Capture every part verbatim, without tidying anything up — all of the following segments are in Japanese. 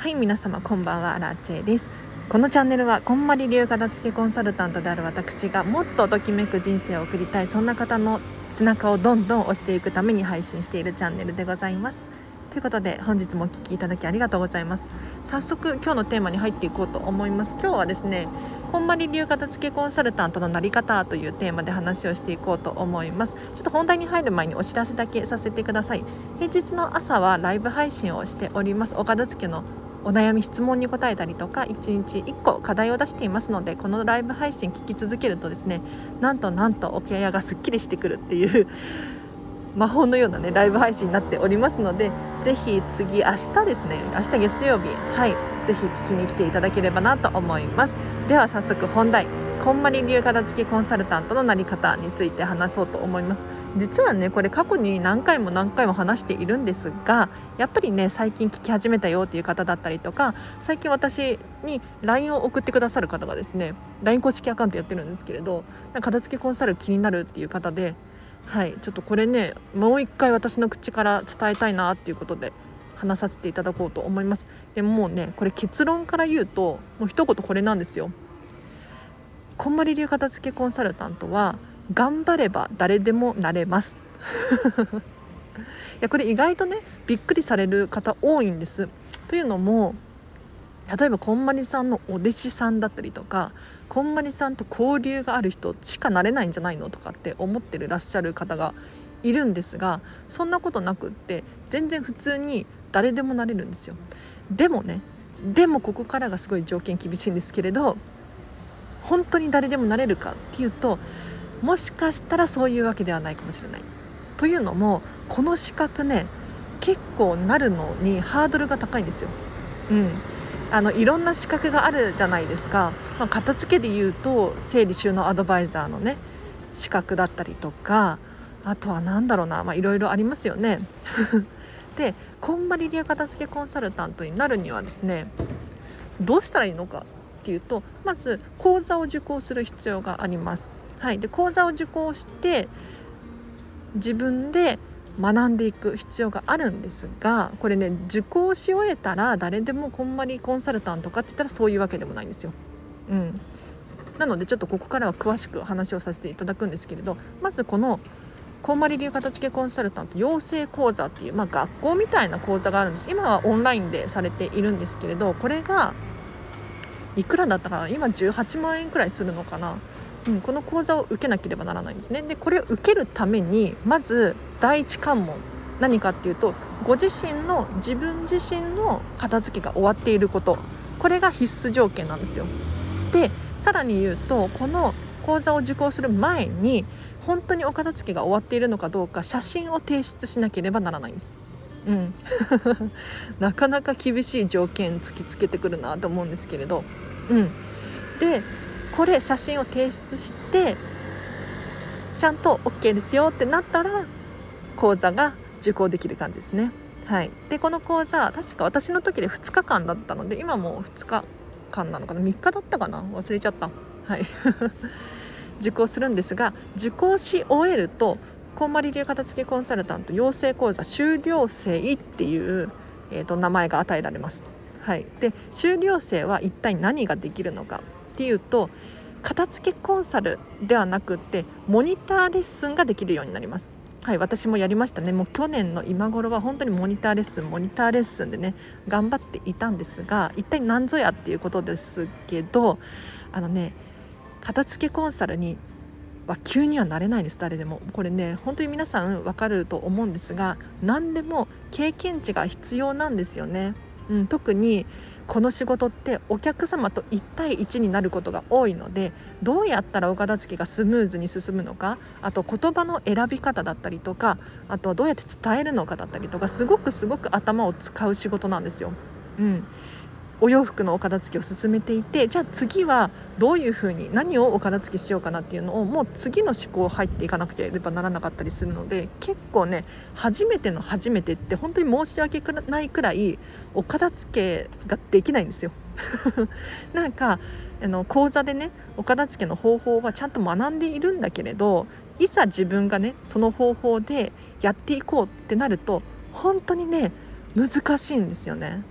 はい、皆様こんばんは、ラチェです。このチャンネルはこんまり流片付けコンサルタントである私がもっとときめく人生を送りたい、そんな方の背中をどんどん押していくために配信しているチャンネルでございます。ということで本日もお聞きいただきありがとうございます。早速今日のテーマに入っていこうと思います。今日はですね、こんまり流片付けコンサルタントのなり方というテーマで話をしていこうと思います。ちょっと本題に入る前にお知らせだけさせてください。平日の朝はライブ配信をしております。お片付けのお悩み質問に答えたりとか、いちにちいっこ課題を出していますので、このライブ配信聞き続けるとですね、なんとなんとお部屋がすっきりしてくるっていう魔法のようなねライブ配信になっておりますので、ぜひ次明日ですね、明日月曜日、はいぜひ聞きに来ていただければなと思います。では早速本題、こんまり流片付けコンサルタントのなり方について話そうと思います。実はねこれ過去に何回も何回も話しているんですが、やっぱりね最近聞き始めたよっていう方だったりとか、最近私に ライン を送ってくださる方がですね、 ライン 公式アカウントやってるんですけれど、なんか片付けコンサル気になるっていう方で、はいちょっとこれねもう一回私の口から伝えたいなっていうことで話させていただこうと思います。でもうねこれ結論から言うともう一言これなんですよ。こんまり流片付けコンサルタントは頑張れば誰でもなれますいやこれ意外とねびっくりされる方多いんです。というのも、例えばこんまりさんのお弟子さんだったりとか、こんまりさんと交流がある人しかなれないんじゃないのとかって思ってるらっしゃる方がいるんですが、そんなことなくって全然普通に誰でもなれるんですよ。でもねでもここからがすごい条件厳しいんですけれど、本当に誰でもなれるかっていうと、もしかしたらそういうわけではないかもしれない。というのもこの資格ね結構なるのにハードルが高いんですよ。うん、あのいろんな資格があるじゃないですか。まあ、片付けで言うと整理収納アドバイザーのね資格だったりとか、あとはなんだろうな、まあいろいろありますよねでこんまり流片付けコンサルタントになるにはですね、どうしたらいいのかっていうと、まず講座を受講する必要があります。はい、で講座を受講して自分で学んでいく必要があるんですが、これね受講し終えたら誰でもこんまりコンサルタントかって言ったらそういうわけでもないんですよ。うん、なのでちょっとここからは詳しく話をさせていただくんですけれど、まずこのこんまり流片付けコンサルタント養成講座っていう、まあ、学校みたいな講座があるんです。今はオンラインでされているんですけれど、これがいくらだったかな、今じゅうはちまんえんくらいするのかな。うん、この講座を受けなければならないんですね。でこれを受けるためにまず第一関門、何かっていうと、ご自身の自分自身の片付けが終わっていること、これが必須条件なんですよ。でさらに言うと、この講座を受講する前に本当にお片付けが終わっているのかどうか写真を提出しなければならないんです。うん、なかなか厳しい条件突きつけてくるなと思うんですけれど、うん、でこれ写真を提出してちゃんと OK ですよってなったら講座が受講できる感じですね。はい、でこの講座確か私の時でふつかかんだったので、今もふつかかんなのかな、みっかだったかな、忘れちゃった。はい受講するんですが、受講し終えるとこんまり流片付けコンサルタント養成講座修了生っていう、えー、と名前が与えられます。はい、で修了生は一体何ができるのかっていうと、片付けコンサルではなくってモニターレッスンができるようになります。はい、私もやりましたね。もう去年の今頃は本当にモニターレッスンモニターレッスンでね頑張っていたんですが、一体何ぞやっていうことですけど、あのね片付けコンサルには急にはなれないです、誰でも。これね本当に皆さん分かると思うんですが、何でも経験値が必要なんですよね。うん、特にこの仕事ってお客様といち対いちになることが多いので、どうやったらお片付けがスムーズに進むのか、あと言葉の選び方だったりとか、あとはどうやって伝えるのかだったりとか、すごくすごく頭を使う仕事なんですよ。うん、お洋服のお片付けを進めていて、じゃあ次はどういうふうに何をお片付けしようかなっていうのをもう次の思考入っていかなければならなかったりするので、結構ね初めての初めてって本当に申し訳ないくらいお片付けができないんですよなんかあの講座でねお片付けの方法はちゃんと学んでいるんだけれど、いざ自分がねその方法でやっていこうってなると本当にね難しいんですよね。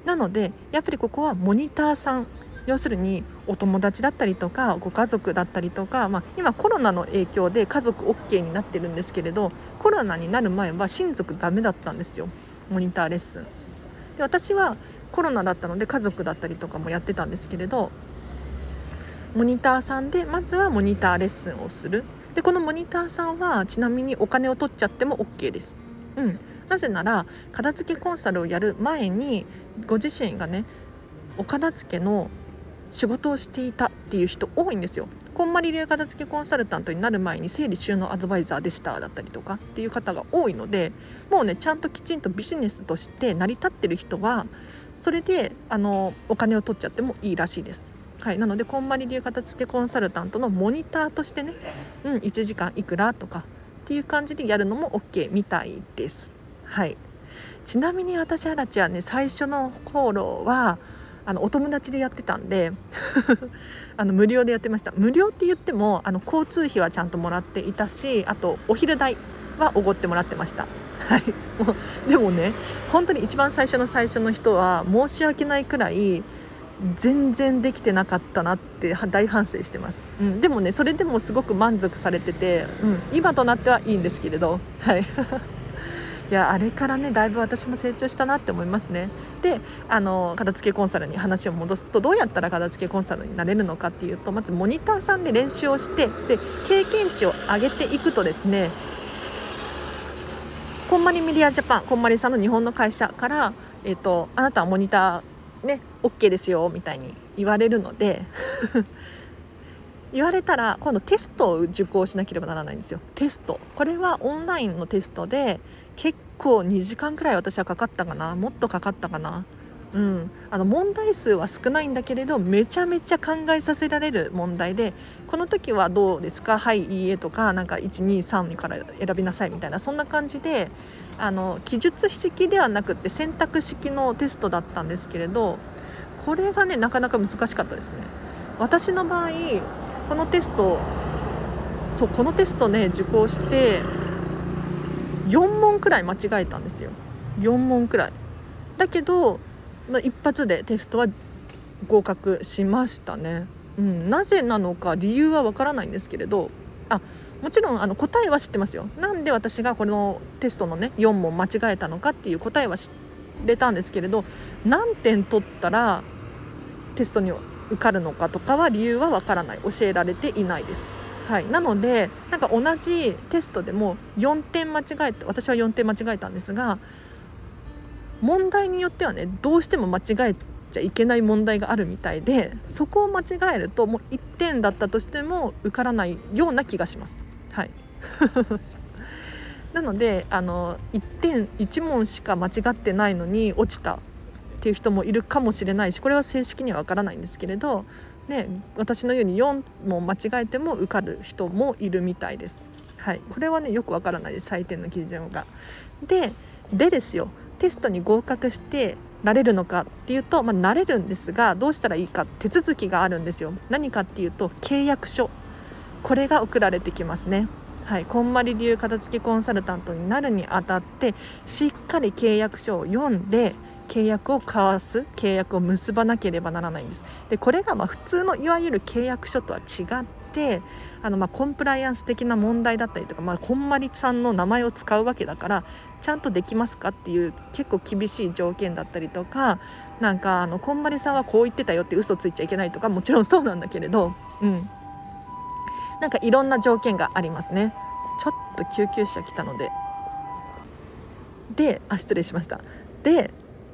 なのでやっぱりここはモニターさん、要するにお友達だったりとかご家族だったりとか、まあ、今コロナの影響で家族 OK になってるんですけれど、コロナになる前は親族ダメだったんですよ、モニターレッスンで。私はコロナだったので家族だったりとかもやってたんですけれど、モニターさんでまずはモニターレッスンをする。でこのモニターさんはちなみにお金を取っちゃっても OK です、うん、なぜなら片付けコンサルをやる前にご自身がねお片付けの仕事をしていたっていう人多いんですよ。こんまり流片付けコンサルタントになる前に整理収納アドバイザーでしただったりとかっていう方が多いので、もうねちゃんときちんとビジネスとして成り立ってる人はそれであのお金を取っちゃってもいいらしいです。はい、なのでこんまり流片付けコンサルタントのモニターとしてね、うん、いちじかんいくらとかっていう感じでやるのも OK みたいです。はい、ちなみに私あらちはね最初の頃はあのお友達でやってたんであの無料でやってました。無料って言ってもあの交通費はちゃんともらっていたし、あとお昼代はおごってもらってました。はい、もうでもね本当に一番最初の最初の人は申し訳ないくらい全然できてなかったなって大反省してます、うん、でもねそれでもすごく満足されてて、うん、今となってはいいんですけれど、はいいやあれからねだいぶ私も成長したなって思いますね。であの片付けコンサルに話を戻すと、どうやったら片付けコンサルになれるのかっていうと、まずモニターさんで練習をして、で経験値を上げていくとですね、こんまりメディアジャパン、こんまりさんの日本の会社から、えーと、あなたはモニターね OK ですよみたいに言われるので言われたら今度テストを受講しなければならないんですよ。テスト、これはオンラインのテストで結構にじかんくらい私はかかったかな、もっとかかったかな、うん、あの問題数は少ないんだけれどめちゃめちゃ考えさせられる問題で、この時はどうですか、はいいいえとか、なんかいちにさんから選びなさいみたいな、そんな感じであの記述式ではなくて選択式のテストだったんですけれど、これがねなかなか難しかったですね。私の場合このテストそうこのテストね受講してよん問くらい間違えたんですよ。よん問くらいだけど、まあ、一発でテストは合格しましたね、うん、なぜなのか理由はわからないんですけれど、あもちろんあの答えは知ってますよ。なんで私がこのテストのねよん問間違えたのかっていう答えは知れたんですけれど、何点取ったらテストに受かるのかとかは理由はわからない、教えられていないです。はい、なのでなんか同じテストでもよんてん間違えて、私はよんてん間違えたんですが、問題によってはねどうしても間違えちゃいけない問題があるみたいで、そこを間違えるともういってんだったとしても受からないような気がします。はいなのであのいってんいち問しか間違ってないのに落ちたっていう人もいるかもしれないし、これは正式にはわからないんですけれど、ね、私のようによん問間違えても受かる人もいるみたいです。はい、これはねよくわからないです、採点の基準が。ででですよ、テストに合格してなれるのかっていうと、まあ、なれるんですが、どうしたらいいか手続きがあるんですよ。何かっていうと契約書、これが送られてきますね。はい、こんまり流片付けコンサルタントになるにあたってしっかり契約書を読んで契約を交わす、契約を結ばなければならないんです。でこれがまあ普通のいわゆる契約書とは違って、あのまあコンプライアンス的な問題だったりとか、まあ、こんまりさんの名前を使うわけだからちゃんとできますかっていう結構厳しい条件だったりとか、なんかあのこんまりさんはこう言ってたよって嘘ついちゃいけないとか、もちろんそうなんだけれど、うんなんかいろんな条件がありますね。ちょっと救急車来たのでであ失礼しました。で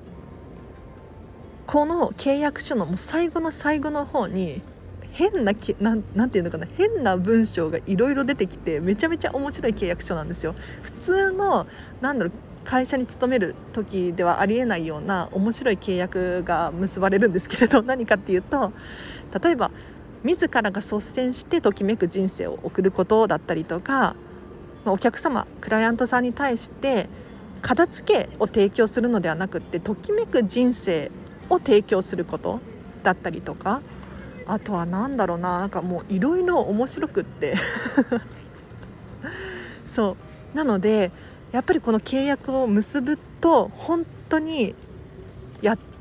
この契約書のもう最後の最後の方に変なな ん, なんていうのかな変な文章がいろいろ出てきて、めちゃめちゃ面白い契約書なんですよ。普通のなんだろう会社に勤める時ではありえないような面白い契約が結ばれるんですけれど、何かっていうと、例えば自らが率先してときめく人生を送ることだったりとか、お客様クライアントさんに対して片付けを提供するのではなくってときめく人生を提供することだったりとか、あとはなんだろうな、なんかもういろいろ面白くってそうなのでやっぱりこの契約を結ぶと本当にや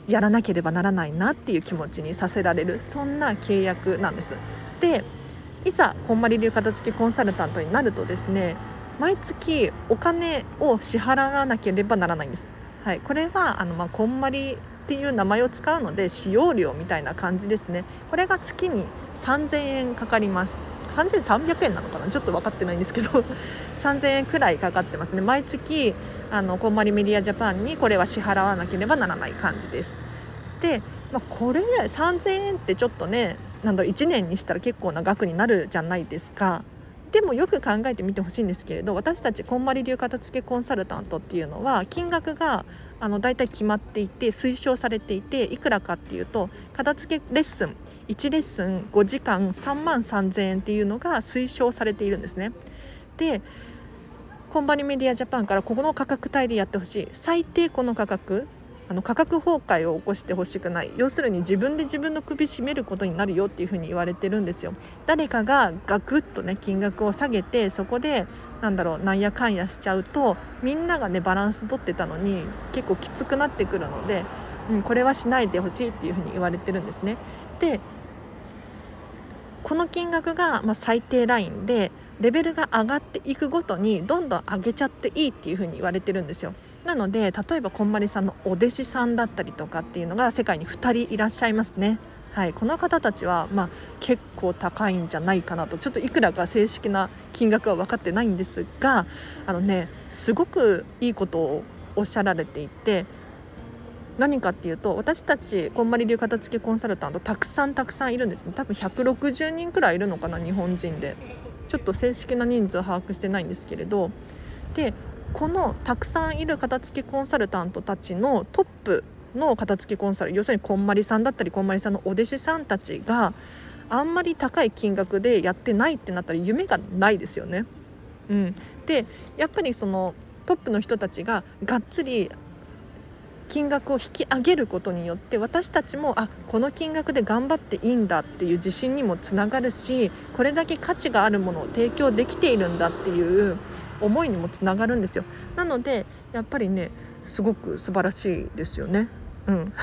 やらなければならないなっていう気持ちにさせられる、そんな契約なんです。で、いざこんまり流片付けコンサルタントになるとですね、毎月お金を支払わなければならないんです。はい、これはあの、まあ、こんまりっていう名前を使うので使用料みたいな感じですね。これが月にさんぜんえんかかります。さんぜんさんびゃくえんなのかな、ちょっと分かってないんですけどさんぜんえんくらいかかってますね。毎月あのこんまりメディアジャパンにこれは支払わなければならない感じです。で、まあ、これさんぜんえんってちょっとね、なんだろう、いちねんにしたら結構な額になるじゃないですか。でもよく考えてみてほしいんですけれど、私たちこんまり流片付けコンサルタントっていうのは金額があのだいたい決まっていて推奨されていて、いくらかっていうと、片付けレッスンいちレッスンごじかんさんまんさんぜんえんっていうのが推奨されているんですね。で、こんまりメディアジャパンからここの価格帯でやってほしい、最低この価格、あの価格崩壊を起こしてほしくない、要するに自分で自分の首絞めることになるよっていうふうに言われてるんですよ。誰かがガクッとね金額を下げて、そこでなんだろうなんやかんやしちゃうと、みんながねバランス取ってたのに結構きつくなってくるので、うん、これはしないでほしいっていうふうに言われてるんですね。で、この金額がまあ最低ラインで、レベルが上がっていくごとにどんどん上げちゃっていいっていうふうに言われてるんですよ。なので例えばこんまりさんのお弟子さんだったりとかっていうのが世界にふたりいらっしゃいますね。はい、この方たちは、まあ、結構高いんじゃないかなと、ちょっといくらか正式な金額は分かってないんですが、あのねすごくいいことをおっしゃられていて、何かっていうと、私たちこんまり流片付けコンサルタントたくさんたくさんいるんですね。多分ひゃくろくじゅうにんくらいいるのかな、日本人で。ちょっと正式な人数把握してないんですけれど、でこのたくさんいる片付けコンサルタントたちのトップの片付けコンサル、要するにこんまりさんだったりこんまりさんのお弟子さんたちがあんまり高い金額でやってないってなったら夢がないですよね。うん、でやっぱりそのトップの人たちががっつり金額を引き上げることによって、私たちもあこの金額で頑張っていいんだっていう自信にもつながるし、これだけ価値があるものを提供できているんだっていう思いにもつながるんですよ。なのでやっぱりねすごく素晴らしいですよね。うん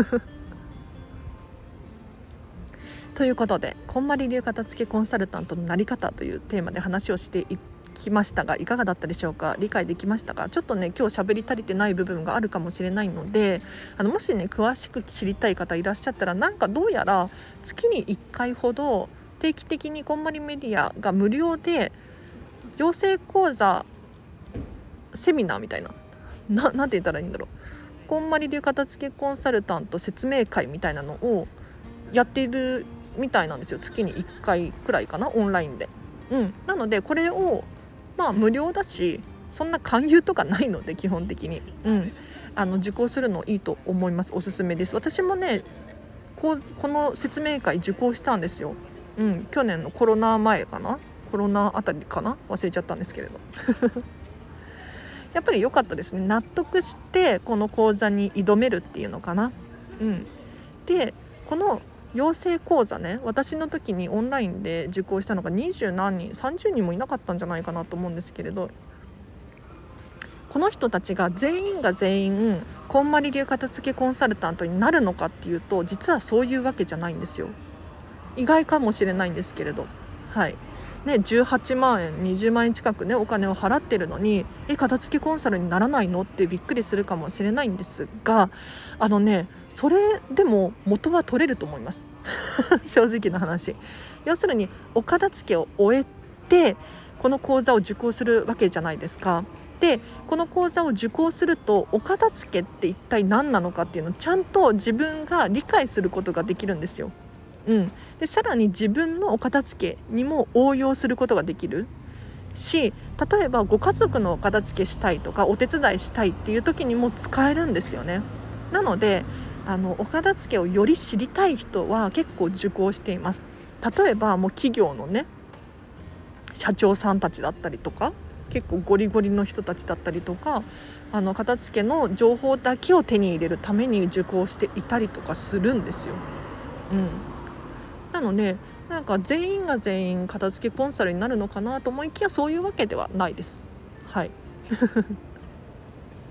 ということで、こんまり流片付けコンサルタントのなり方というテーマで話をしていきましたが、いかがだったでしょうか。理解できましたか。ちょっとね今日喋り足りてない部分があるかもしれないので、あのもしね詳しく知りたい方いらっしゃったら、なんかどうやら月にいっかいほど定期的にこんまりメディアが無料で養成講座セミナーみたいな、な, なんて言ったらいいんだろう、こんまり流片付けコンサルタント説明会みたいなのをやっているみたいなんですよ。月にいっかいくらいかな、オンラインで。うん、なのでこれをまあ無料だし、そんな勧誘とかないので基本的に、うん、あの受講するのいいと思います。おすすめです。私もねこ, うこの説明会受講したんですよ。うん、去年のコロナ前かな、コロナあたりかな、忘れちゃったんですけれどやっぱり良かったですね。納得してこの講座に挑めるっていうのかな。うん、でこの養成講座ね、私の時にオンラインで受講したのがにじゅうなんにん、さんじゅうにんもいなかったんじゃないかなと思うんですけれど、この人たちが全員が全員こんまり流片付けコンサルタントになるのかっていうと、実はそういうわけじゃないんですよ。意外かもしれないんですけれど、はいね、じゅうはちまんえんにじゅうまんえん近くねお金を払ってるのに、え片付けコンサルにならないのってびっくりするかもしれないんですが、あのねそれでも元は取れると思います正直な話。要するにお片付けを終えてこの講座を受講するわけじゃないですか。でこの講座を受講すると、お片付けって一体何なのかっていうのをちゃんと自分が理解することができるんですよ。うん、でさらに自分のお片付けにも応用することができるし、例えばご家族のお片付けしたいとかお手伝いしたいっていう時にも使えるんですよね。なのであのお片付けをより知りたい人は結構受講しています。例えばもう企業のね社長さんたちだったりとか、結構ゴリゴリの人たちだったりとか、あの片付けの情報だけを手に入れるために受講していたりとかするんですよ。うんなのでなんか全員が全員片付けコンサルになるのかなと思いきや、そういうわけではないです。はい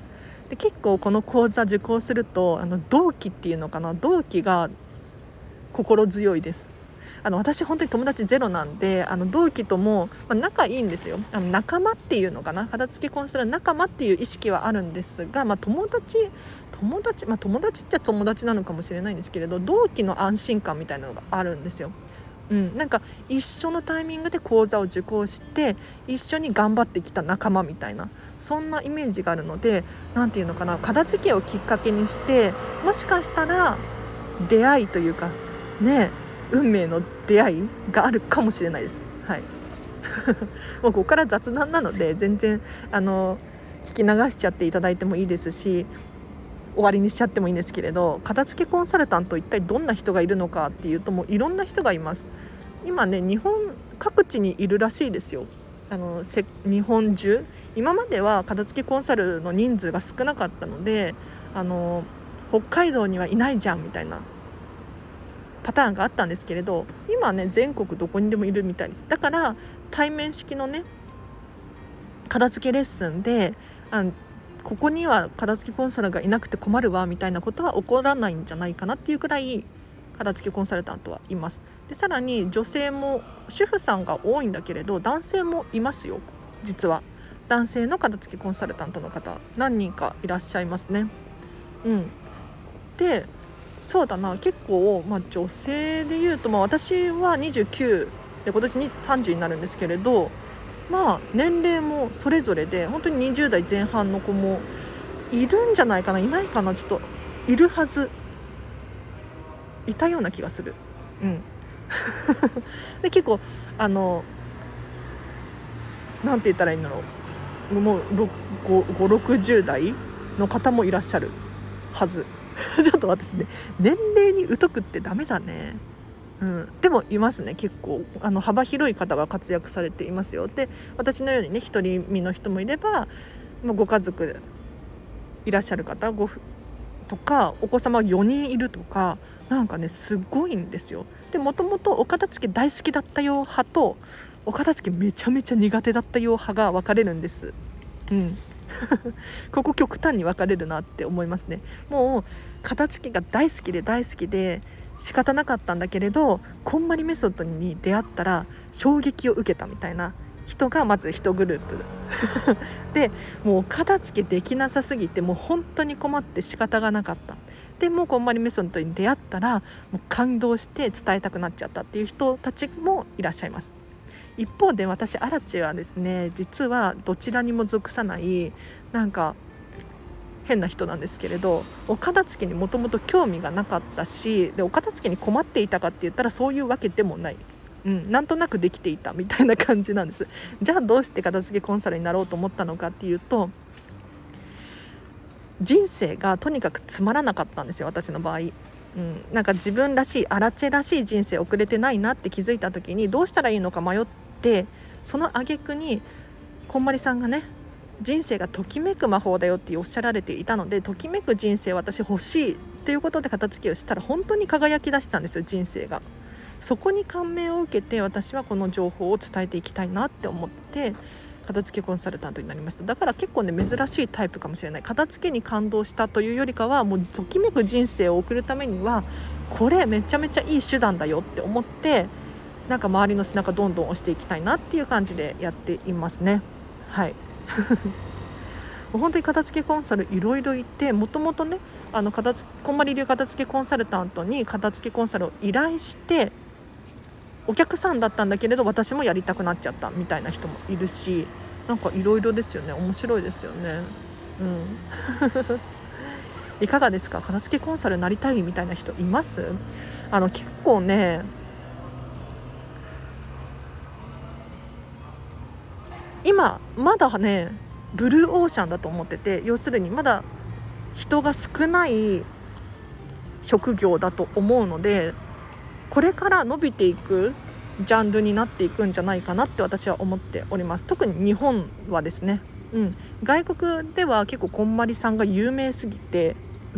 で結構この講座受講するとあの同期っていうのかな、同期が心強いです。あの私本当に友達ゼロなんで、あの同期とも、まあ、仲いいんですよ。あの仲間っていうのかな、片付けコンサル仲間っていう意識はあるんですが、まあ、友達友達、まあ、友達っちゃ友達なのかもしれないんですけれど、同期の安心感みたいなのがあるんですよ。うん、なんか一緒のタイミングで講座を受講して一緒に頑張ってきた仲間みたいな、そんなイメージがあるので、なんていうのかな、片付けをきっかけにしてもしかしたら出会いというかね、運命の出会いがあるかもしれないです。はいもうここから雑談なので全然あの聞き流しちゃっていただいてもいいですし、終わりにしちゃってもいいんですけれど、片付けコンサルタント一体どんな人がいるのかっていうと、もういろんな人がいます。今ね、日本各地にいるらしいですよ。あのせ日本中、今までは片付けコンサルの人数が少なかったので、あの北海道にはいないじゃんみたいなパターンがあったんですけれど、今ね全国どこにでもいるみたいです。だから対面式のね片付けレッスンで、あここには片付けコンサルがいなくて困るわみたいなことは起こらないんじゃないかなっていうくらい片付けコンサルタントはいます。でさらに女性も主婦さんが多いんだけれど男性もいますよ。実は男性の片付けコンサルタントの方何人かいらっしゃいますね。うんでそうだな、結構、まあ、女性でいうと、まあ、私はにじゅうきゅうで今年さんじゅうになるんですけれど、まあ年齢もそれぞれで本当ににじゅう代前半の子もいるんじゃないかな、いないかな、ちょっといるはず、いたような気がする。うんで結構あのなんて言ったらいいんだろう、もうご、ろくじゅう代の方もいらっしゃるはずちょっと私ね、年齢に疎くってダメだね。うん、でもいますね、結構あの幅広い方が活躍されていますよ。で私のようにね独り身の人もいれば、まあ、ご家族いらっしゃる方ごとかお子様よにんいるとか、なんかねすごいんですよ。でもともとお片付け大好きだったよ派とお片付けめちゃめちゃ苦手だったよ派が分かれるんです。うんここ極端に分かれるなって思いますね。もう片付けが大好きで大好きで仕方なかったんだけれど、こんまりメソッドに出会ったら衝撃を受けたみたいな人がまずいちグループで、もう片付けできなさすぎてもう本当に困って仕方がなかった。でもこんまりメソッドに出会ったらもう感動して伝えたくなっちゃったっていう人たちもいらっしゃいます。一方で私アラチはですね、実はどちらにも属さないなんか変な人なんですけれど、お片付けにもともと興味がなかったし、でお片付けに困っていたかって言ったらそういうわけでもない、うん、なんとなくできていたみたいな感じなんです。じゃあどうして片付けコンサルになろうと思ったのかっていうと、人生がとにかくつまらなかったんですよ、私の場合。うん、なんか自分らしいアラチェらしい人生送れてないなって気づいた時にどうしたらいいのか迷って、その挙句にこんまりさんがね、人生がときめく魔法だよっておっしゃられていたので、ときめく人生私欲しいということで片付けをしたら本当に輝き出したんですよ、人生が。そこに感銘を受けて私はこの情報を伝えていきたいなって思って片付けコンサルタントになりました。だから結構ね珍しいタイプかもしれない。片付けに感動したというよりかは、もうときめく人生を送るためにはこれめちゃめちゃいい手段だよって思って、なんか周りの背中どんどん押していきたいなっていう感じでやっていますね。はい本当に片付けコンサルいろいろいて、もともとねあの片付こんまり流片付けコンサルタントに片付けコンサルを依頼してお客さんだったんだけれど私もやりたくなっちゃったみたいな人もいるし、なんかいろいろですよね。面白いですよね。うんいかがですか、片付けコンサルになりたいみたいな人います？あの結構ね、今まだねブルーオーシャンだと思ってて、要するにまだ人が少ない職業だと思うので、これから伸びていくジャンルになっていくんじゃないかなって私は思っております。特に日本はですね、うん、外国では結構こんまりさんが有名すぎて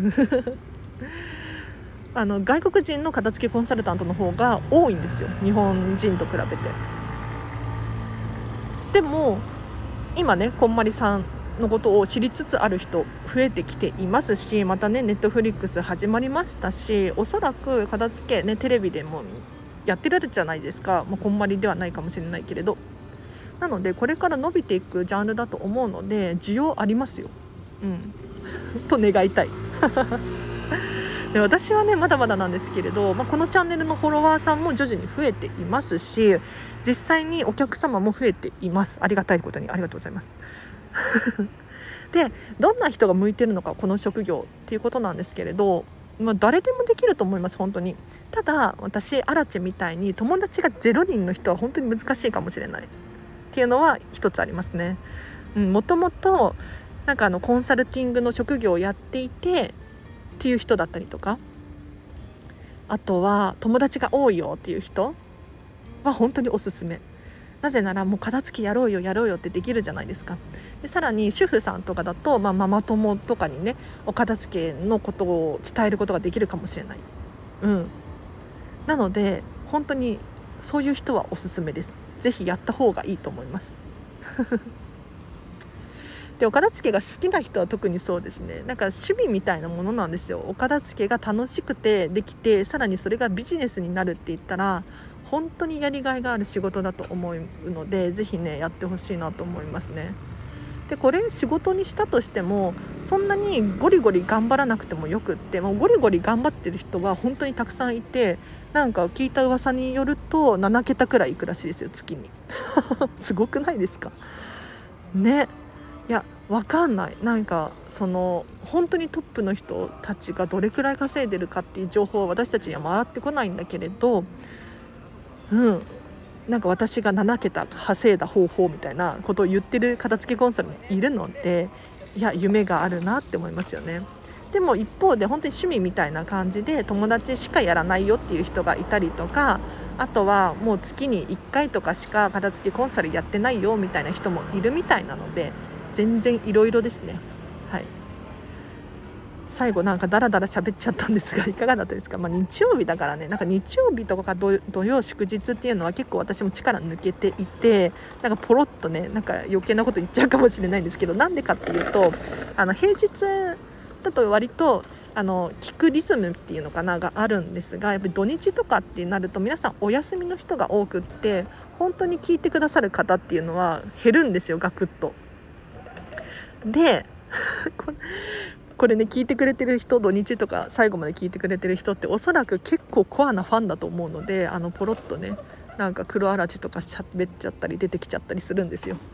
あの外国人の片付けコンサルタントの方が多いんですよ、日本人と比べて。でも今ねこんまりさんのことを知りつつある人増えてきていますし、またねネットフリックス始まりましたし、おそらく片付けねテレビでもやってられるじゃないですか、まあ、こんまりではないかもしれないけれど、なのでこれから伸びていくジャンルだと思うので需要ありますよ、うんと願いたいで私はねまだまだなんですけれど、まあ、このチャンネルのフォロワーさんも徐々に増えていますし、実際にお客様も増えています。ありがたいことにありがとうございますでどんな人が向いてるのかこの職業っていうことなんですけれど、まあ、誰でもできると思います本当に。ただ私アラチェみたいに友達がゼロにんの人は本当に難しいかもしれないっていうのは一つありますね。もともとなんかあのコンサルティングの職業をやっていてっていう人だったりとか、あとは友達が多いよっていう人は本当におすすめ。なぜならもう片付けやろうよやろうよってできるじゃないですか。でさらに主婦さんとかだと、まあ、ママ友とかにねお片付けのことを伝えることができるかもしれない、うん、なので本当にそういう人はおすすめです。ぜひやった方がいいと思いますでお片付けが好きな人は特にそうですね。なんか趣味みたいなものなんですよ。お片付けが楽しくてできて、さらにそれがビジネスになるって言ったら本当にやりがいがある仕事だと思うので、ぜひねやってほしいなと思いますね。でこれ仕事にしたとしてもそんなにゴリゴリ頑張らなくてもよくって、もうゴリゴリ頑張ってる人は本当にたくさんいて、なんか聞いた噂によるとななけたくらいいくらしいですよ月にすごくないですかね。いやわかんない、なんかその本当にトップの人たちがどれくらい稼いでるかっていう情報は私たちには回ってこないんだけれど、うんなんか私がななけた稼いだ方法みたいなことを言ってる片付けコンサルもいるので、いや夢があるなって思いますよね。でも一方で本当に趣味みたいな感じで友達しかやらないよっていう人がいたりとか、あとはもう月にいっかいとかしか片付けコンサルやってないよみたいな人もいるみたいなので、全然いろいろですね。はい、最後なんかダラダラ喋っちゃったんですがいかがだったですか。まあ、日曜日だからね、なんか日曜日とか土曜祝日っていうのは結構私も力抜けていて、なんかポロッとねなんか余計なこと言っちゃうかもしれないんですけど、なんでかっていうとあの平日だと割とあの聞くリズムっていうのかながあるんですが、やっぱり土日とかってなると皆さんお休みの人が多くって、本当に聞いてくださる方っていうのは減るんですよ、ガクッと。でこれね聞いてくれてる人、土日とか最後まで聞いてくれてる人っておそらく結構コアなファンだと思うので、あのポロッとねなんか黒嵐とか喋っちゃったり出てきちゃったりするんですよ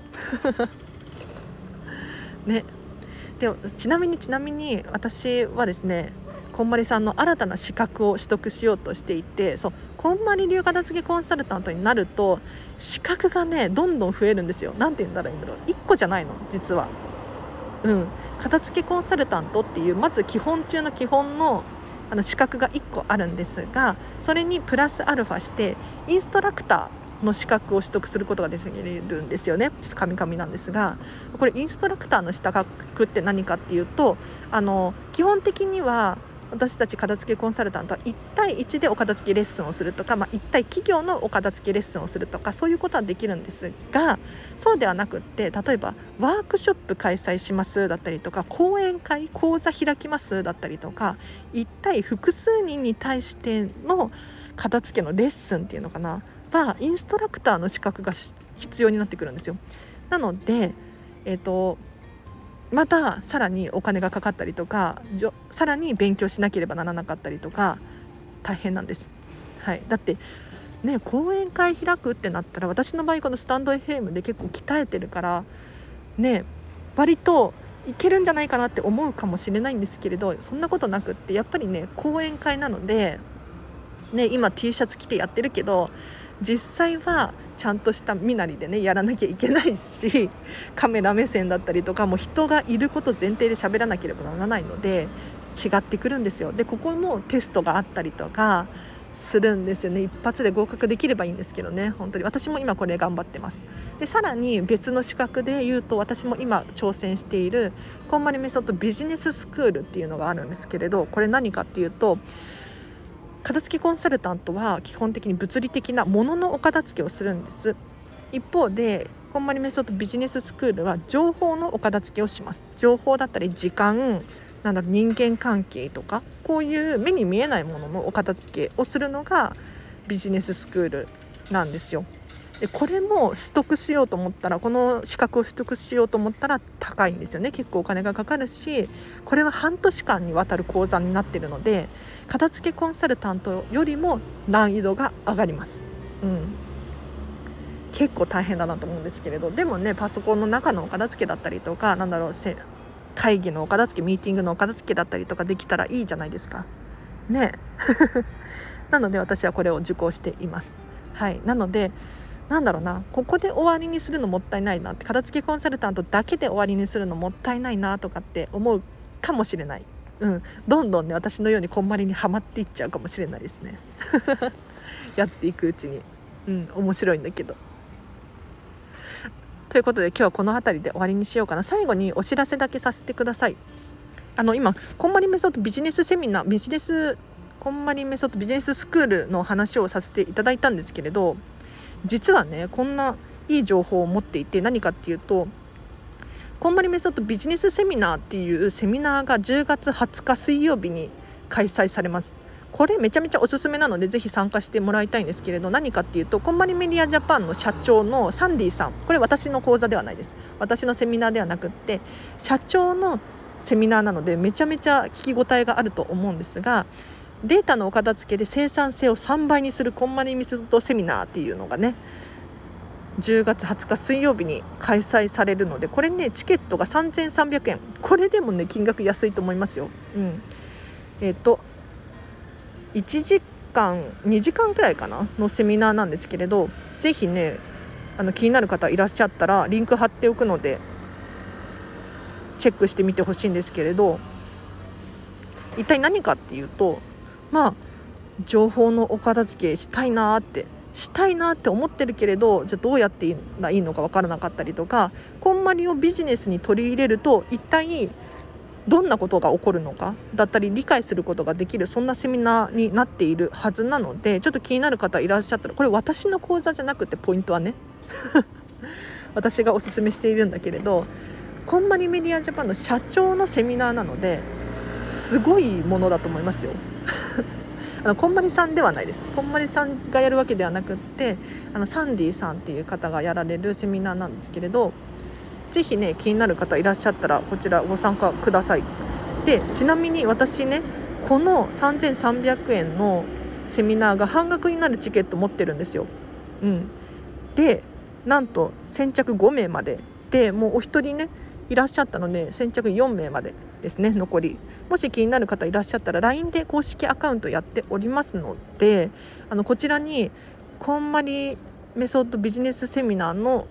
ね。でちなみにちなみに私はですね、こんまりさんの新たな資格を取得しようとしていて、そうこんまり流片付けコンサルタントになると資格がねどんどん増えるんですよ。なんて言うんだろういいんだろういっこじゃないの実は。うん片付けコンサルタントっていうまず基本中の基本のあの資格がいっこあるんですが、それにプラスアルファしてインストラクターの資格を取得することができるんですよね。カミカミなんですが、これインストラクターの資格って何かっていうと、あの基本的には私たち片付けコンサルタントはいち対いちでお片付けレッスンをするとか、まあ、いち対企業のお片付けレッスンをするとか、そういうことはできるんですが、そうではなくって、例えばワークショップ開催しますだったりとか、講演会講座開きますだったりとか、いち対複数人に対しての片付けのレッスンっていうのかなはインストラクターの資格が必要になってくるんですよ。なので、えーとまたさらにお金がかかったりとか、さらに勉強しなければならなかったりとか大変なんです、はい、だってね講演会開くってなったら、私の場合このスタンド エフエム で結構鍛えてるからね割といけるんじゃないかなって思うかもしれないんですけれど、そんなことなくって、やっぱりね講演会なのでね、今 T シャツ着てやってるけど実際はちゃんとした身なりでねやらなきゃいけないし、カメラ目線だったりとかも人がいること前提で喋らなければならないので違ってくるんですよ。でここもテストがあったりとかするんですよね。一発で合格できればいいんですけどね、本当に私も今これ頑張ってます。でさらに別の資格で言うと、私も今挑戦しているこんまりメソッドビジネススクールっていうのがあるんですけれど、これ何かっていうと、片付けコンサルタントは基本的に物理的なもののお片付けをするんです。一方でこんまりメソッドビジネススクールは情報のお片付けをします。情報だったり時間、なんだろう、人間関係とか、こういう目に見えないもののお片付けをするのがビジネススクールなんですよ。でこれも取得しようと思ったら、この資格を取得しようと思ったら高いんですよね。結構お金がかかるし、これは半年間にわたる講座になっているので、片付けコンサルタントよりも難易度が上がります、うん、結構大変だなと思うんですけれど、でもね、パソコンの中のお片付けだったりとか、なんだろう、会議のお片付け、ミーティングのお片付けだったりとかできたらいいじゃないですかねなので私はこれを受講しています。はい、なのでなんだろうな、ここで終わりにするのもったいないなって、片付けコンサルタントだけで終わりにするのもったいないなとかって思うかもしれない、うん、どんどんね私のようにこんまりにはまっていっちゃうかもしれないですねやっていくうちに、うん、面白いんだけど。ということで今日はこの辺りで終わりにしようかな。最後にお知らせだけさせてください。あの今こんまりメソッドビジネスセミナー、ビジネスこんまりメソッドビジネススクールの話をさせていただいたんですけれど、実はねこんないい情報を持っていて、何かっていうと、こんまりメソッドビジネスセミナーっていうセミナーがじゅうがつはつか水曜日に開催されます。これめちゃめちゃおすすめなのでぜひ参加してもらいたいんですけれど、何かっていうと、こんまりメディアジャパンの社長のサンディさん、これ私の講座ではないです、私のセミナーではなくって社長のセミナーなので、めちゃめちゃ聞き応えがあると思うんですが、データのお片付けで生産性をさんばいにするこんまりメソッドセミナーっていうのがねじゅうがつはつか水曜日に開催されるので、これねチケットがさんぜんさんびゃくえん、これでもね金額安いと思いますよ、うん、えっといちじかんにじかんくらいかなのセミナーなんですけれど、ぜひねあの気になる方いらっしゃったらリンク貼っておくのでチェックしてみてほしいんですけれど、一体何かっていうと、まあ情報のお片付けしたいなってしたいなって思ってるけれど、じゃあどうやっていいのか分からなかったりとか、こんまりをビジネスに取り入れると一体どんなことが起こるのかだったり理解することができる、そんなセミナーになっているはずなので、ちょっと気になる方いらっしゃったら、これ私の講座じゃなくてポイントはね私がおすすめしているんだけれど、こんまりメディアジャパンの社長のセミナーなのですごいものだと思いますよあのこんまりさんではないです。こんまりさんがやるわけではなくって、あのサンディさんっていう方がやられるセミナーなんですけれど、ぜひね気になる方いらっしゃったらこちらご参加ください。でちなみに私ねこのさんぜんさんびゃくえんのセミナーが半額になるチケット持ってるんですよ、うん、でなんと先着ごめいまでで、もうお一人ねいらっしゃったので先着よんめいまでですね残り。もし気になる方いらっしゃったら ライン で公式アカウントやっておりますので、あのこちらにこんまりメソッドビジネスセミナーの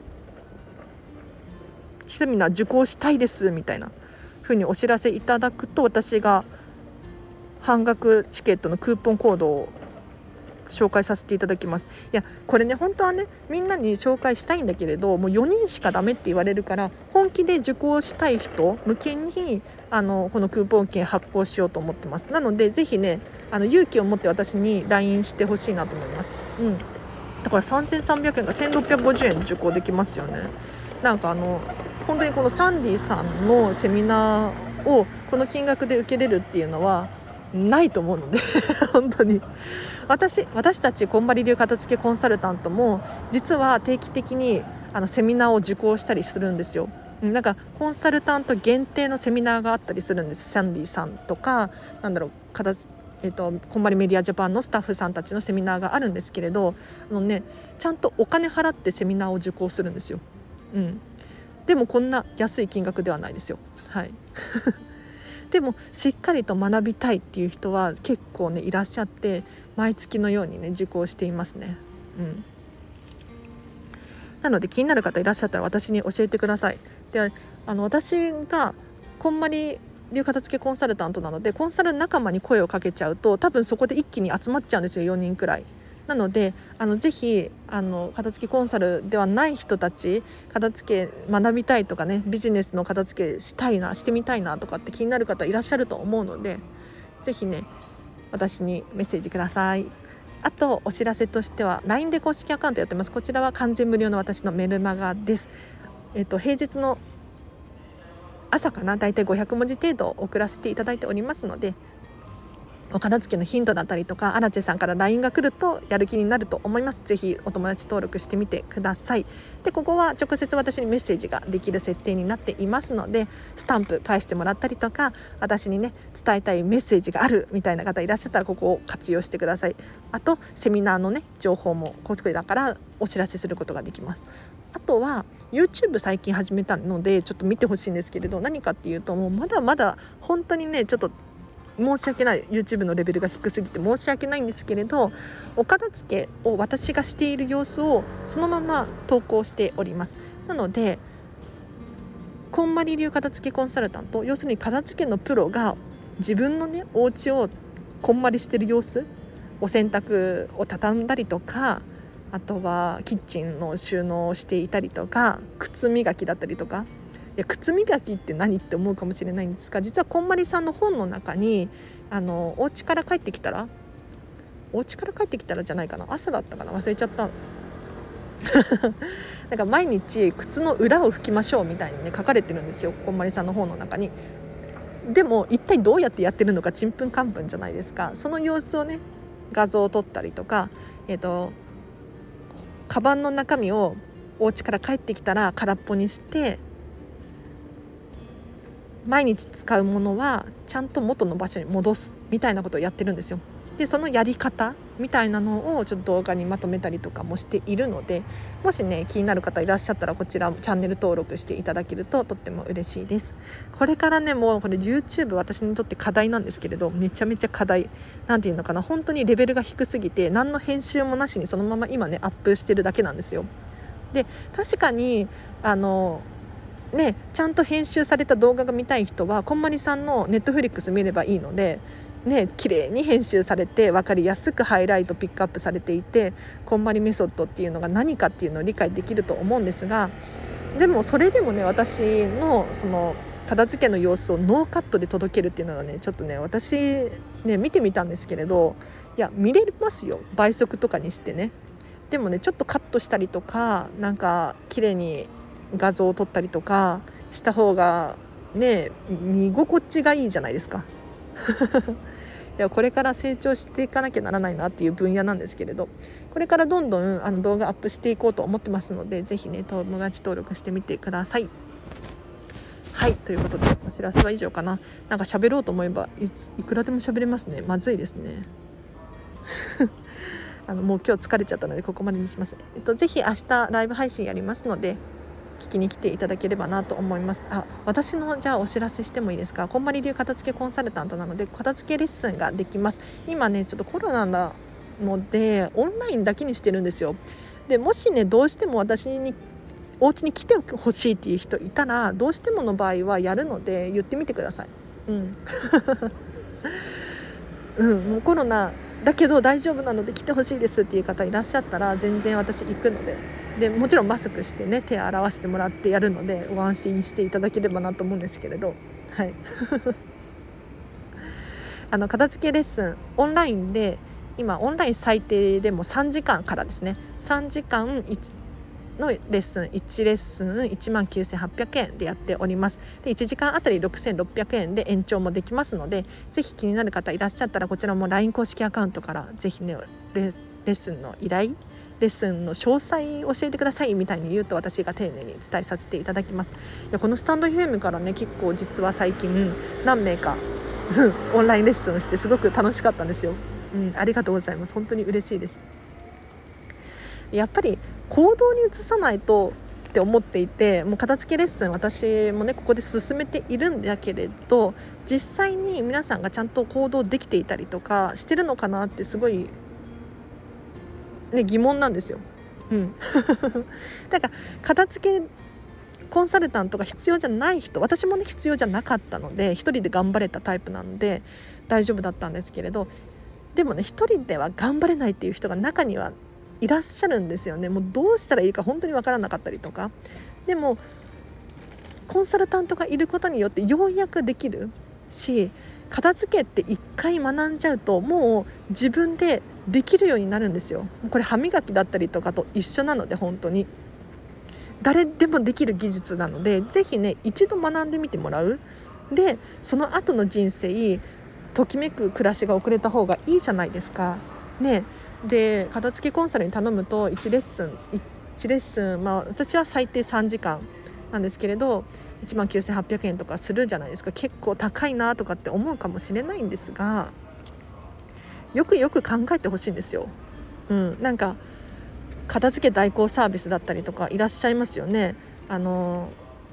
セミナー受講したいですみたいな風にお知らせいただくと、私が半額チケットのクーポンコードを紹介させていただきます。いやこれね本当はねみんなに紹介したいんだけれど、もうよにんしかダメって言われるから、本気で受講したい人向けにあのこのクーポン券発行しようと思ってます。なのでぜひねあの勇気を持って私に ライン してほしいなと思います、うん、だからさんぜんさんびゃくえんがせんろっぴゃくごじゅうえん受講できますよね。なんかあの本当にこのサンディさんのセミナーをこの金額で受けれるっていうのはないと思うので本当に私私たちこんまり流片付けコンサルタントも実は定期的にあのセミナーを受講したりするんですよ。なんかコンサルタント限定のセミナーがあったりするんです。サンディさんとかなんだろう片付えー、とこんまりメディアジャパンのスタッフさんたちのセミナーがあるんですけれど、あの、ね、ちゃんとお金払ってセミナーを受講するんですよ、うん、でもこんな安い金額ではないですよ、はいでもしっかりと学びたいっていう人は結構ねいらっしゃって、毎月のようにね受講していますね、うん、なので気になる方いらっしゃったら私に教えてください。であの私がこんまり流片付けコンサルタントなので、コンサル仲間に声をかけちゃうと多分そこで一気に集まっちゃうんですよ、よにんくらい。なのであのぜひあの片付けコンサルではない人たち、片付け学びたいとかね、ビジネスの片付けしたいなしてみたいなとかって気になる方いらっしゃると思うので、ぜひね私にメッセージください。 あとお知らせとしては ライン で公式アカウントやってます。こちらは完全無料の私のメルマガです。えっと、平日の朝かな、だいたいごひゃくもじ程度送らせていただいておりますので、お片付けのヒントだったりとか、アラチェさんから ライン が来るとやる気になると思います。ぜひお友達登録してみてください。でここは直接私にメッセージができる設定になっていますので、スタンプ返してもらったりとか、私にね伝えたいメッセージがあるみたいな方いらっしゃったらここを活用してください。あとセミナーのね情報もこちらからお知らせすることができます。あとは YouTube 最近始めたのでちょっと見てほしいんですけれど、何かっていうと、もうまだまだ本当にねちょっと申し訳ない、 YouTube のレベルが低すぎて申し訳ないんですけれど、お片付けを私がしている様子をそのまま投稿しております。なのでこんまり流片付けコンサルタント、要するに片付けのプロが自分のねお家をこんまりしてる様子、お洗濯を畳んだりとか、あとはキッチンの収納をしていたりとか、靴磨きだったりとか、いや靴磨きって何って思うかもしれないんですが、実はこんまりさんの本の中にあのお家から帰ってきたらお家から帰ってきたらじゃないかな、朝だったかな、忘れちゃったなんか毎日靴の裏を拭きましょうみたいにね書かれてるんですよ、こんまりさんの本の中に。でも一体どうやってやってるのかちんぷんかんぷんじゃないですか。その様子をね画像を撮ったりとか、えーとカバンの中身をお家から帰ってきたら空っぽにして、毎日使うものはちゃんと元の場所に戻すみたいなことをやってるんですよ。でそのやり方みたいなのをちょっと動画にまとめたりとかもしているので、もしね気になる方いらっしゃったらこちらチャンネル登録していただけるととっても嬉しいです。これからねもうこれ YouTube 私にとって課題なんですけれど、めちゃめちゃ課題なんていうのかな、本当にレベルが低すぎて何の編集もなしにそのまま今ねアップしてるだけなんですよ。で確かにあのね、ちゃんと編集された動画が見たい人はこんまりさんのネットフリックス見ればいいので、ね、綺麗に編集されて分かりやすくハイライトピックアップされていて、こんまりメソッドっていうのが何かっていうのを理解できると思うんですが、でもそれでもね私のその片付けの様子をノーカットで届けるっていうのはねちょっとね私ね見てみたんですけれど、いや見れますよ倍速とかにしてね。でもねちょっとカットしたりとか、なんか綺麗に画像を撮ったりとかした方がね見心地がいいじゃないですかいやこれから成長していかなきゃならないなっていう分野なんですけれど、これからどんどんあの動画アップしていこうと思ってますので、ぜひね友達登録してみてください。はい、ということでお知らせは以上かな。なんか喋ろうと思えば い, いくらでも喋れますね。まずいですねあのもう今日疲れちゃったのでここまでにします。えっと、ぜひ明日ライブ配信やりますので聞きに来ていただければなと思います。あ、私のじゃあお知らせしてもいいですか。こんまり流片付けコンサルタントなので片付けレッスンができます。今ねちょっとコロナなのでオンラインだけにしてるんですよ。でもしねどうしても私にお家に来てほしいっていう人いたら、どうしてもの場合はやるので言ってみてください。うんうん、もうコロナだけど大丈夫なので来てほしいですっていう方いらっしゃったら全然私行くので、でもちろんマスクしてね手を洗わせてもらってやるのでご安心していただければなと思うんですけれど、はいあの片付けレッスンオンラインで今オンライン最低でもさんじかんからですね、さんじかんのレッスンいちレッスンいちまんきゅうせんはっぴゃくえんでやっております。でいちじかんあたりろくせんろっぴゃくえんで延長もできますので、ぜひ気になる方いらっしゃったらこちらも ライン 公式アカウントからぜひね レ, レッスンの依頼レッスンの詳細教えてくださいみたいに言うと私が丁寧に伝えさせていただきます。いやこのスタンド エフエム からね結構実は最近何名かオンラインレッスンをしてすごく楽しかったんですよ、うん、ありがとうございます。本当に嬉しいです。やっぱり行動に移さないとって思っていて、もう片付けレッスン私もねここで進めているんだけれど、実際に皆さんがちゃんと行動できていたりとかしてるのかなってすごい、ね、疑問なんですよ、うん、だから片付けコンサルタントが必要じゃない人、私もね必要じゃなかったので一人で頑張れたタイプなので大丈夫だったんですけれど、でもね一人では頑張れないっていう人が中にはいらっしゃるんですよね。もうどうしたらいいか本当に分からなかったりとか、でもコンサルタントがいることによってようやくできるし、片付けって一回学んじゃうともう自分でできるようになるんですよ。これ歯磨きだったりとかと一緒なので、本当に誰でもできる技術なので、ぜひね一度学んでみてもらう。でその後の人生ときめく暮らしが送れた方がいいじゃないですかね。で片付けコンサルに頼むといちレッスンいちレッスン、まあ私は最低さんじかんなんですけれどいちまんきゅうせんはっぴゃくえんとかするじゃないですか。結構高いなとかって思うかもしれないんですが、よくよく考えてほしいんですよ。うん、なんか片付け代行サービスだったりとかいらっしゃいますよね。あの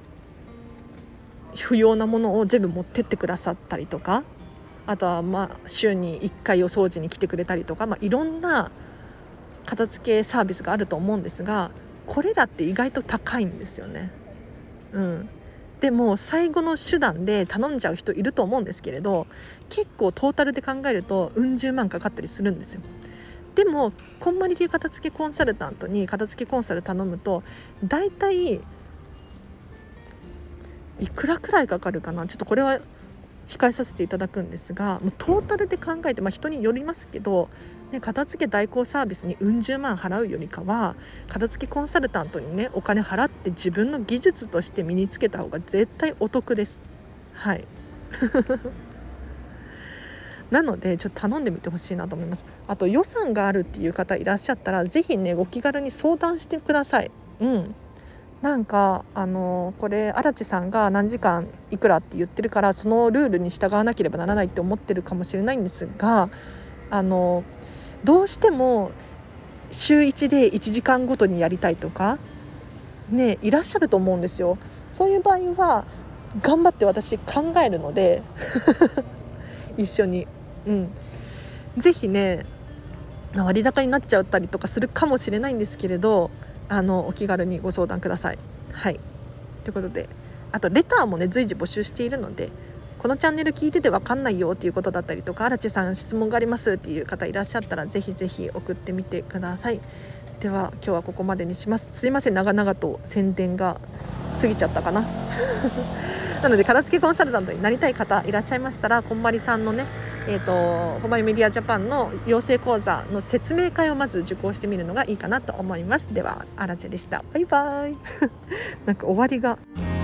不要なものを全部持ってってくださったりとか、あとはまあ週にいっかいお掃除に来てくれたりとか、まあ、いろんな片付けサービスがあると思うんですが、これらって意外と高いんですよね。うん、でも最後の手段で頼んじゃう人いると思うんですけれど、結構トータルで考えるとうん十万かかったりするんですよ。でもこんまり流片付けコンサルタントに片付けコンサル頼むとだいたいいくらくらいかかるかな、ちょっとこれは控えさせていただくんですが、もうトータルで考えて、まあ、人によりますけど、ね、片付け代行サービスにうん十万払うよりかは片付けコンサルタントにねお金払って自分の技術として身につけた方が絶対お得です。はいなのでちょっと頼んでみてほしいなと思います。あと予算があるっていう方いらっしゃったらぜひねご気軽に相談してください。うんなんかあのこれ荒地さんが何時間いくらって言ってるからそのルールに従わなければならないって思ってるかもしれないんですが、あのどうしても週いちでいちじかんごとにやりたいとかねいらっしゃると思うんですよ。そういう場合は頑張って私考えるので一緒に、うん、ぜひね割高になっちゃったりとかするかもしれないんですけれど、あのお気軽にご相談ください。はいということで、あとレターもね随時募集しているので、このチャンネル聞いてて分かんないよっていうことだったりとか、荒地さん質問がありますっていう方いらっしゃったらぜひぜひ送ってみてください。では今日はここまでにします。すいません長々と宣伝が過ぎちゃったかななので片付けコンサルタントになりたい方いらっしゃいましたら、こんまりさんのねえーと、こんまりメディアジャパンの養成講座の説明会をまず受講してみるのがいいかなと思います。では荒地でした。バイバイなんか終わりが